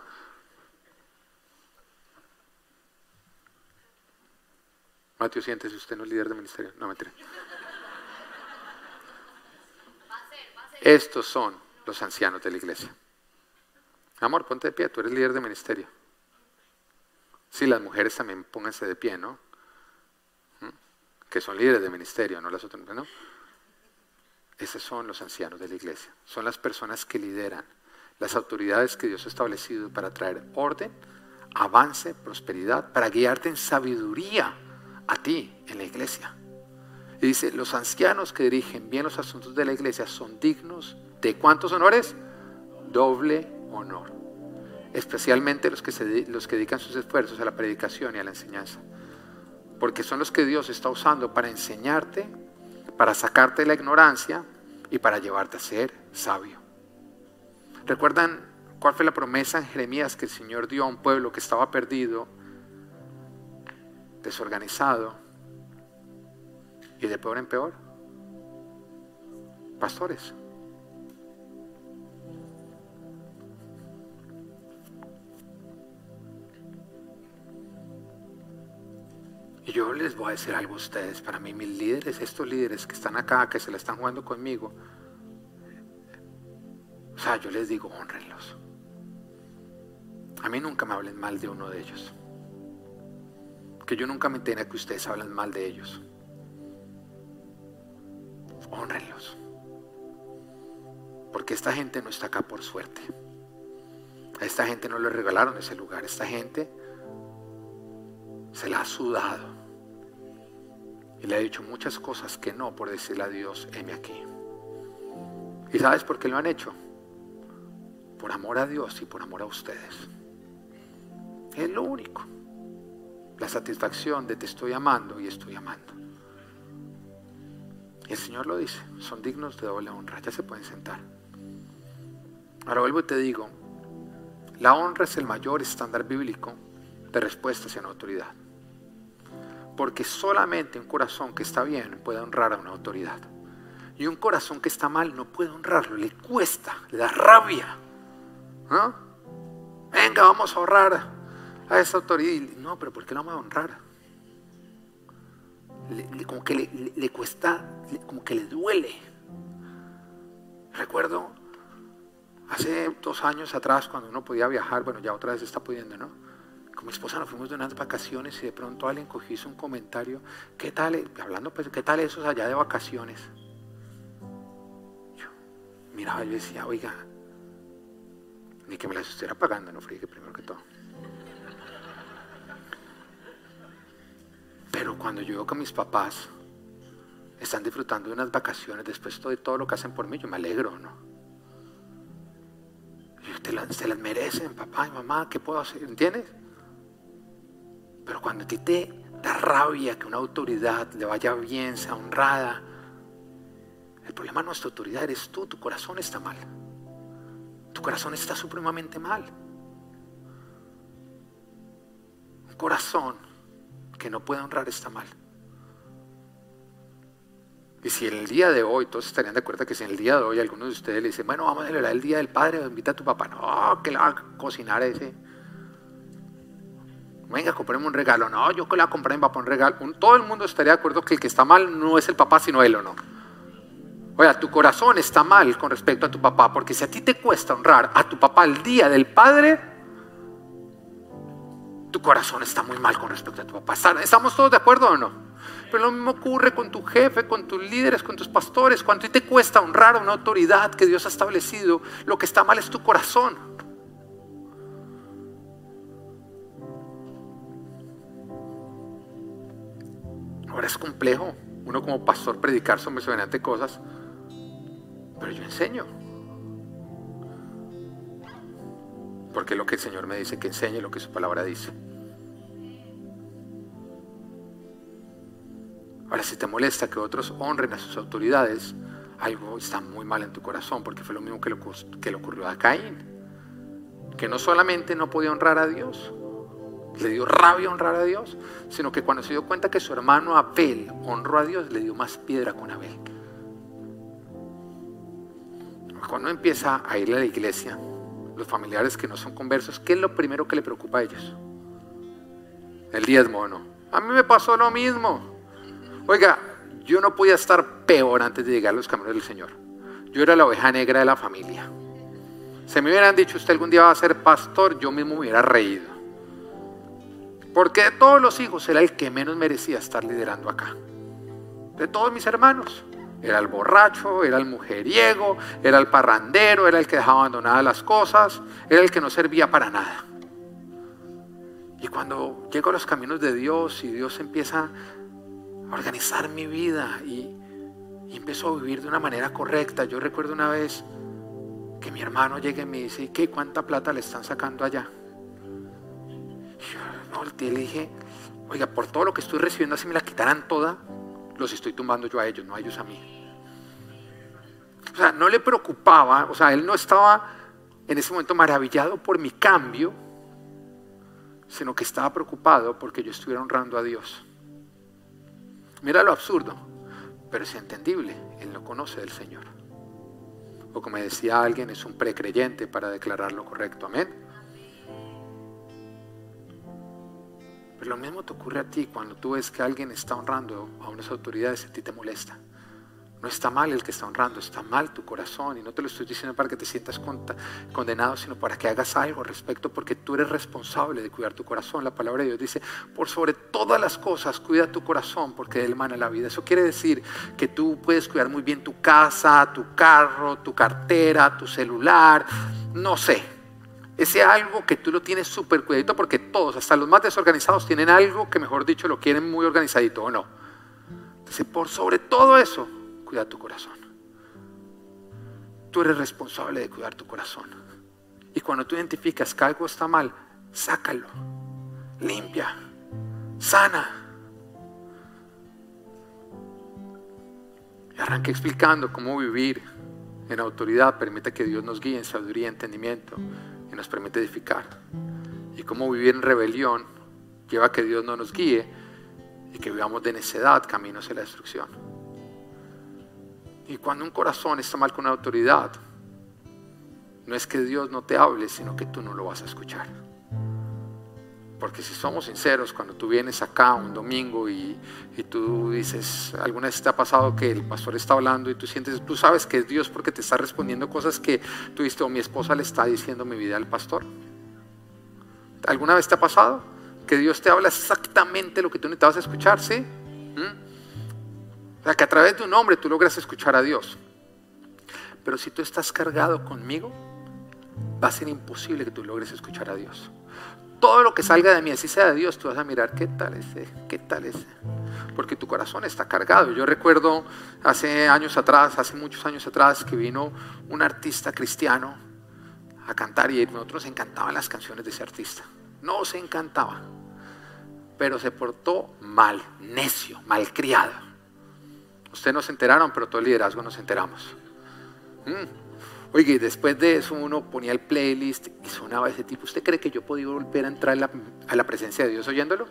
Mateo, siéntese, usted no es líder de ministerio. No, mentira. Estos son los ancianos de la iglesia. Amor, ponte de pie, tú eres líder de ministerio. Sí, las mujeres también pónganse de pie, ¿no? Que son líderes de ministerio, no las otras, ¿no? Esos son los ancianos de la iglesia. Son las personas que lideran las autoridades que Dios ha establecido para traer orden, avance, prosperidad, para guiarte en sabiduría a ti en la iglesia. Y dice, los ancianos que dirigen bien los asuntos de la iglesia son dignos de ¿cuántos honores? Doble honor. especialmente los que dedican sus esfuerzos a la predicación y a la enseñanza, porque son los que Dios está usando para enseñarte, para sacarte de la ignorancia y para llevarte a ser sabio. ¿Recuerdan cuál fue la promesa en Jeremías que el Señor dio a un pueblo que estaba perdido, desorganizado y de peor en peor? Pastores. Y yo les voy a decir algo a ustedes. Para mí, mis líderes, estos líderes que están acá, que se la están jugando conmigo, o sea, yo les digo, hónrenlos. A mí nunca me hablen mal de uno de ellos. Que yo nunca me entere que ustedes hablan mal de ellos. Hónrenlos. Porque esta gente no está acá por suerte. A esta gente no le regalaron ese lugar. Esta gente se la ha sudado. Y le ha dicho muchas cosas que no por decirle a Dios, heme aquí. ¿Y sabes por qué lo han hecho? Por amor a Dios y por amor a ustedes. Es lo único. La satisfacción de te estoy amando y estoy amando. Y el Señor lo dice, son dignos de doble honra. Ya se pueden sentar. Ahora vuelvo y te digo, la honra es el mayor estándar bíblico de respuesta hacia una autoridad. Porque solamente un corazón que está bien puede honrar a una autoridad. Y un corazón que está mal no puede honrarlo, le cuesta, le da rabia. ¿No? Venga, vamos a honrar a esa autoridad. No, pero ¿por qué la vamos a honrar? Como que le cuesta, como que le duele. Recuerdo hace 2 años atrás, cuando uno podía viajar, bueno, ya otra vez está pudiendo, ¿no? Con mi esposa nos fuimos de unas vacaciones y de pronto alguien cogió, hizo un comentario, ¿qué tal? Hablando pues, ¿qué tal esos allá de vacaciones? Yo miraba y decía, oiga, ni que me las estuviera pagando, no friegue primero que todo. Pero cuando yo veo que mis papás están disfrutando de unas vacaciones después de todo lo que hacen por mí, yo me alegro, ¿no? Se las merecen, papá y mamá, ¿qué puedo hacer? ¿Entiendes? Pero cuando a ti te da rabia que una autoridad le vaya bien, sea honrada, el problema no es tu autoridad, eres tú, tu corazón está mal. Tu corazón está supremamente mal. Un corazón que no puede honrar está mal. Y si en el día de hoy, todos estarían de acuerdo que si en el día de hoy algunos de ustedes le dicen, bueno, vamos a celebrar el día del padre, invita a tu papá, no, que le va a cocinar ese. Venga, compremos un regalo. No, yo que le voy a comprar a mi papá un regalo. Todo el mundo estaría de acuerdo que el que está mal no es el papá, sino él, ¿o no? Oiga, tu corazón está mal con respecto a tu papá, porque si a ti te cuesta honrar a tu papá el día del padre, tu corazón está muy mal con respecto a tu papá. ¿Estamos todos de acuerdo o no? Pero lo mismo ocurre con tu jefe, con tus líderes, con tus pastores. Cuando a ti te cuesta honrar a una autoridad que Dios ha establecido, lo que está mal es tu corazón. Ahora es complejo uno como pastor predicar sobre semejantes cosas, pero yo enseño. Porque es lo que el Señor me dice que enseñe, lo que su palabra dice. Ahora, si te molesta que otros honren a sus autoridades, algo está muy mal en tu corazón, porque fue lo mismo que le ocurrió a Caín, que no solamente no podía honrar a Dios, le dio rabia honrar a Dios, sino que cuando se dio cuenta que su hermano Abel honró a Dios, le dio más piedra con Abel. Cuando empieza a ir a la iglesia, los familiares que no son conversos, ¿qué es lo primero que le preocupa a ellos? El diezmo, ¿no? A mí me pasó lo mismo. Oiga, yo no podía estar peor antes de llegar a los caminos del Señor. Yo era la oveja negra de la familia. Si me hubieran dicho, usted algún día va a ser pastor, yo mismo me hubiera reído. Porque de todos los hijos era el que menos merecía estar liderando acá. De todos mis hermanos. Era el borracho, era el mujeriego, era el parrandero, era el que dejaba abandonadas las cosas, era el que no servía para nada. Y cuando llego a los caminos de Dios y Dios empieza a organizar mi vida y empiezo a vivir de una manera correcta. Yo recuerdo una vez que mi hermano llegue y me dice, ¿y qué? ¿Cuánta plata le están sacando allá? Y yo volteé y le dije, oiga, por todo lo que estoy recibiendo, así me la quitaran toda, los estoy tumbando yo a ellos, no a ellos a mí. O sea, no le preocupaba, o sea, él no estaba en ese momento maravillado por mi cambio, sino que estaba preocupado porque yo estuviera honrando a Dios. Mira lo absurdo, pero es entendible, él no conoce del Señor. O como decía alguien, es un precreyente para declarar lo correcto, amén. Pero lo mismo te ocurre a ti cuando tú ves que alguien está honrando a unas autoridades y a ti te molesta. No está mal el que está honrando, está mal tu corazón. Y no te lo estoy diciendo para que te sientas condenado, sino para que hagas algo al respecto, porque tú eres responsable de cuidar tu corazón. La palabra de Dios dice, por sobre todas las cosas, cuida tu corazón, porque de él mana la vida. Eso quiere decir que tú puedes cuidar muy bien tu casa, tu carro, tu cartera, tu celular, no sé. Ese algo que tú lo tienes súper cuidadito, porque todos, hasta los más desorganizados, tienen algo que, mejor dicho, lo quieren muy organizadito, ¿o no? Dice, por sobre todo eso, cuida tu corazón. Tú eres responsable de cuidar tu corazón. Y cuando tú identificas que algo está mal, sácalo, limpia, sana. Y arranqué explicando cómo vivir en autoridad permite que Dios nos guíe en sabiduría y entendimiento y nos permite edificar. Y cómo vivir en rebelión lleva a que Dios no nos guíe y que vivamos de necedad, camino hacia la destrucción. Y cuando un corazón está mal con una autoridad, no es que Dios no te hable, sino que tú no lo vas a escuchar. Porque si somos sinceros, cuando tú vienes acá un domingo y tú dices, ¿alguna vez te ha pasado que el pastor está hablando y tú sientes, tú sabes que es Dios porque te está respondiendo cosas que tú dices, o mi esposa le está diciendo mi vida al pastor? ¿Alguna vez te ha pasado que Dios te habla exactamente lo que tú necesitabas escuchar? ¿Sí? O sea, que a través de un hombre tú logras escuchar a Dios. Pero si tú estás cargado conmigo, va a ser imposible que tú logres escuchar a Dios. Todo lo que salga de mí, así sea de Dios, tú vas a mirar, ¿qué tal ese? ¿Qué tal ese? Porque tu corazón está cargado. Yo recuerdo hace muchos años atrás, que vino un artista cristiano a cantar y a nosotros nos encantaban las canciones de ese artista. Nos encantaba. Pero se portó mal, necio, malcriado. Ustedes no se enteraron, pero todo el liderazgo nos enteramos. Oye, y después de eso uno ponía el playlist y sonaba ese tipo. ¿Usted cree que yo podía volver a entrar a la presencia de Dios oyéndolo?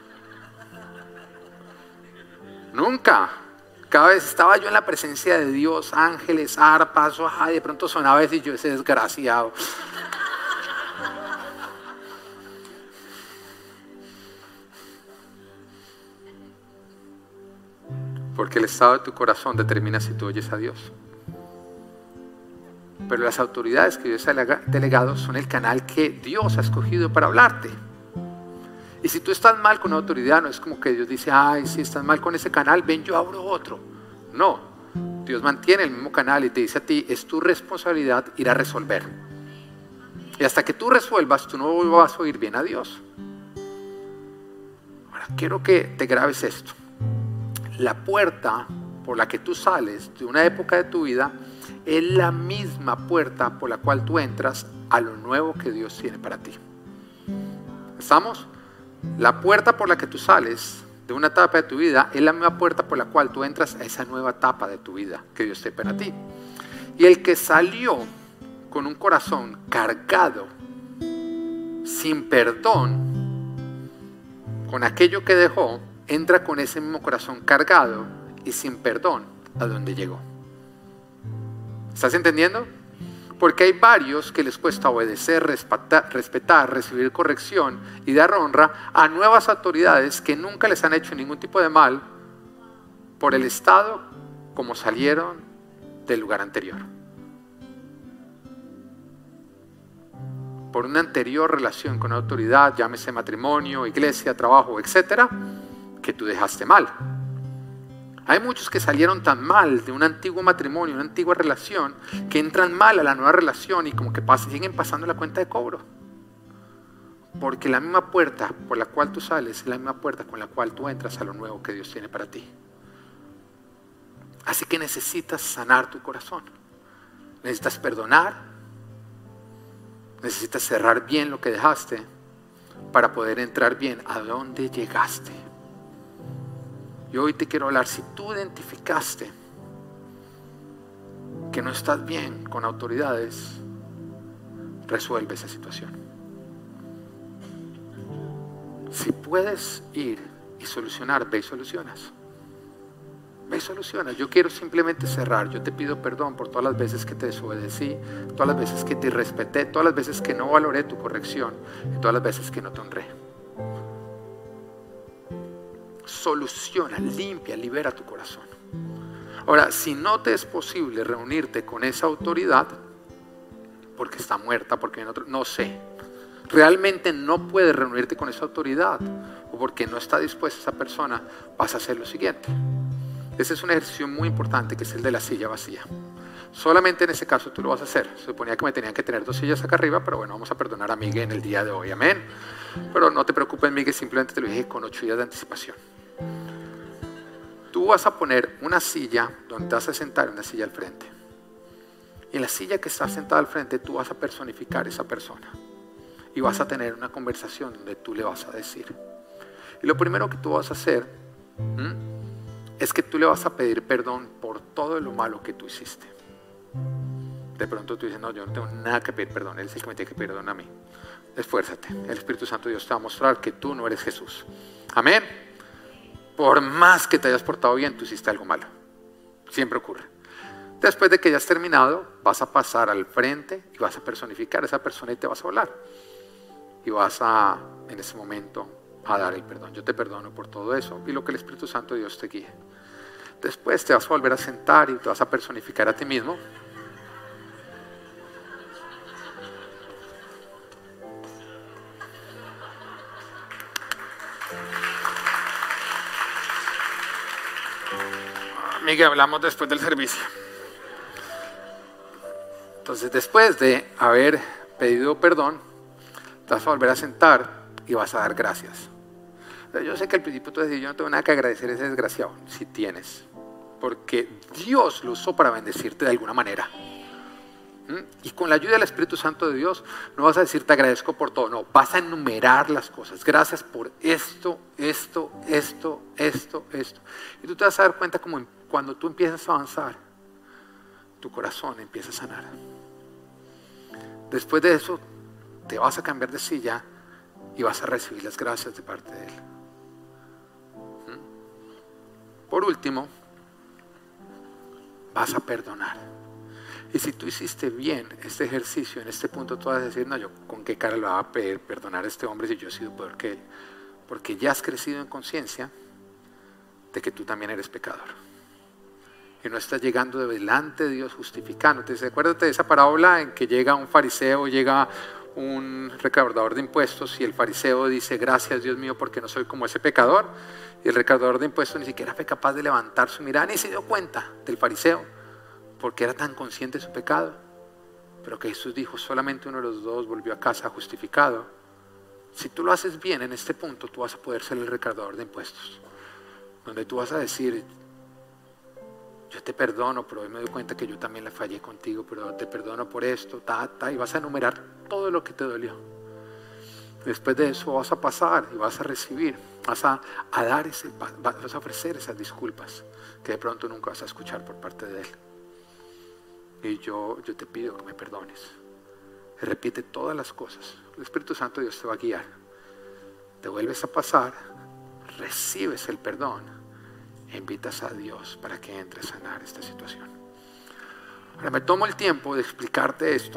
Nunca. Cada vez estaba yo en la presencia de Dios, ángeles, arpas, de pronto sonaba ese y yo, ese desgraciado. Porque el estado de tu corazón determina si tú oyes a Dios. Pero las autoridades que Dios ha delegado son el canal que Dios ha escogido para hablarte. Y si tú estás mal con una autoridad, no es como que Dios dice, ay, si estás mal con ese canal, ven, yo abro otro. No, Dios mantiene el mismo canal y te dice a ti, es tu responsabilidad ir a resolver. Y hasta que tú resuelvas, tú no vas a oír bien a Dios. Ahora, quiero que te grabes esto. La puerta por la que tú sales de una época de tu vida es la misma puerta por la cual tú entras a lo nuevo que Dios tiene para ti. ¿Estamos? La puerta por la que tú sales de una etapa de tu vida es la misma puerta por la cual tú entras a esa nueva etapa de tu vida que Dios tiene para ti. Y el que salió con un corazón cargado, sin perdón, con aquello que dejó, entra con ese mismo corazón cargado y sin perdón a donde llegó. ¿Estás entendiendo? Porque hay varios que les cuesta obedecer, respetar, recibir corrección y dar honra a nuevas autoridades que nunca les han hecho ningún tipo de mal por el estado como salieron del lugar anterior. Por una anterior relación con autoridad, llámese matrimonio, iglesia, trabajo, etcétera, que tú dejaste mal. Hay muchos que salieron tan mal de un antiguo matrimonio, una antigua relación, que entran mal a la nueva relación y como que siguen pasando la cuenta de cobro. Porque la misma puerta por la cual tú sales es la misma puerta con la cual tú entras a lo nuevo que Dios tiene para ti. Así que necesitas sanar tu corazón. Necesitas perdonar, Necesitas cerrar bien lo que dejaste para poder entrar bien a dónde llegaste. Y hoy te quiero hablar, si tú identificaste que no estás bien con autoridades, resuelve esa situación. Si puedes ir y solucionar, ve y solucionas. Ve y solucionas. Yo quiero simplemente cerrar. Yo te pido perdón por todas las veces que te desobedecí, todas las veces que te irrespeté, todas las veces que no valoré tu corrección y todas las veces que no te honré. Soluciona, limpia, libera tu corazón. Ahora, si no te es posible reunirte con esa autoridad, porque está muerta, porque viene otro, no sé, realmente no puedes reunirte con esa autoridad, o porque no está dispuesta esa persona, vas a hacer lo siguiente. Ese es un ejercicio muy importante, que es el de la silla vacía. Solamente en ese caso tú lo vas a hacer. Se suponía que me tenían que tener 2 sillas acá arriba, pero bueno, vamos a perdonar a Miguel en el día de hoy, amén. Pero no te preocupes, Miguel, simplemente te lo dije con 8 días de anticipación. Tú vas a poner una silla donde te vas a sentar, una silla al frente. Y en la silla que está sentada al frente, tú vas a personificar a esa persona. Y vas a tener una conversación donde tú le vas a decir. Y lo primero que tú vas a hacer es que tú le vas a pedir perdón por todo lo malo que tú hiciste. De pronto tú dices, no, yo no tengo nada que pedir perdón, Él es el que me tiene que pedir perdón a mí. Esfuérzate, el Espíritu Santo de Dios te va a mostrar que tú no eres Jesús. Amén. Por más que te hayas portado bien, tú hiciste algo malo. Siempre ocurre. Después de que hayas terminado, vas a pasar al frente y vas a personificar a esa persona y te vas a hablar. Y vas a, en ese momento, a dar el perdón. Yo te perdono por todo eso y lo que el Espíritu Santo de Dios te guíe. Después te vas a volver a sentar y te vas a personificar a ti mismo. Miguel, hablamos después del servicio. Entonces, después de haber pedido perdón, te vas a volver a sentar y vas a dar gracias. Yo sé que al principio tú decís, yo no tengo nada que agradecer a ese desgraciado. Si tienes, porque Dios lo usó para bendecirte de alguna manera. Y con la ayuda del Espíritu Santo de Dios, no vas a decir te agradezco por todo, no, vas a enumerar las cosas. Gracias por esto. Y tú te vas a dar cuenta como cuando tú empiezas a avanzar, tu corazón empieza a sanar. Después de eso, te vas a cambiar de silla y vas a recibir las gracias de parte de Él. Por último, vas a perdonar. Y si tú hiciste bien este ejercicio, en este punto tú vas a decir, no, yo con qué cara le voy a pedir perdonar a este hombre si yo he sido peor que él. Porque ya has crecido en conciencia de que tú también eres pecador. Y no estás llegando delante de Dios justificándote. Acuérdate de esa parábola en que llega un fariseo, llega un recaudador de impuestos y el fariseo dice, gracias Dios mío porque no soy como ese pecador. Y el recaudador de impuestos ni siquiera fue capaz de levantar su mirada ni se dio cuenta del fariseo, porque era tan consciente de su pecado. Pero que Jesús dijo, solamente uno de los dos volvió a casa justificado. Si tú lo haces bien en este punto, tú vas a poder ser el recaudador de impuestos, donde tú vas a decir, yo te perdono, pero hoy me doy cuenta que yo también la fallé contigo, pero te perdono por esto, y vas a enumerar todo lo que te dolió. Después de eso vas a pasar y vas a recibir, vas a ofrecer esas disculpas que de pronto nunca vas a escuchar por parte de Él. Y yo te pido que me perdones. Repite todas las cosas. El Espíritu Santo de Dios te va a guiar. Te vuelves a pasar, recibes el perdón e invitas a Dios para que entre a sanar esta situación. Ahora me tomo el tiempo de explicarte esto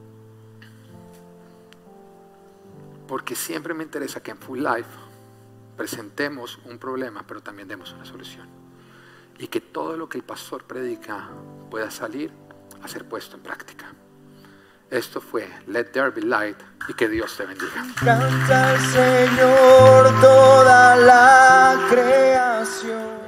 porque siempre me interesa que en Full Life presentemos un problema, pero también demos una solución. Y que todo lo que el pastor predica pueda salir a ser puesto en práctica. Esto fue Let There Be Light y que Dios te bendiga. Canta al Señor toda la creación.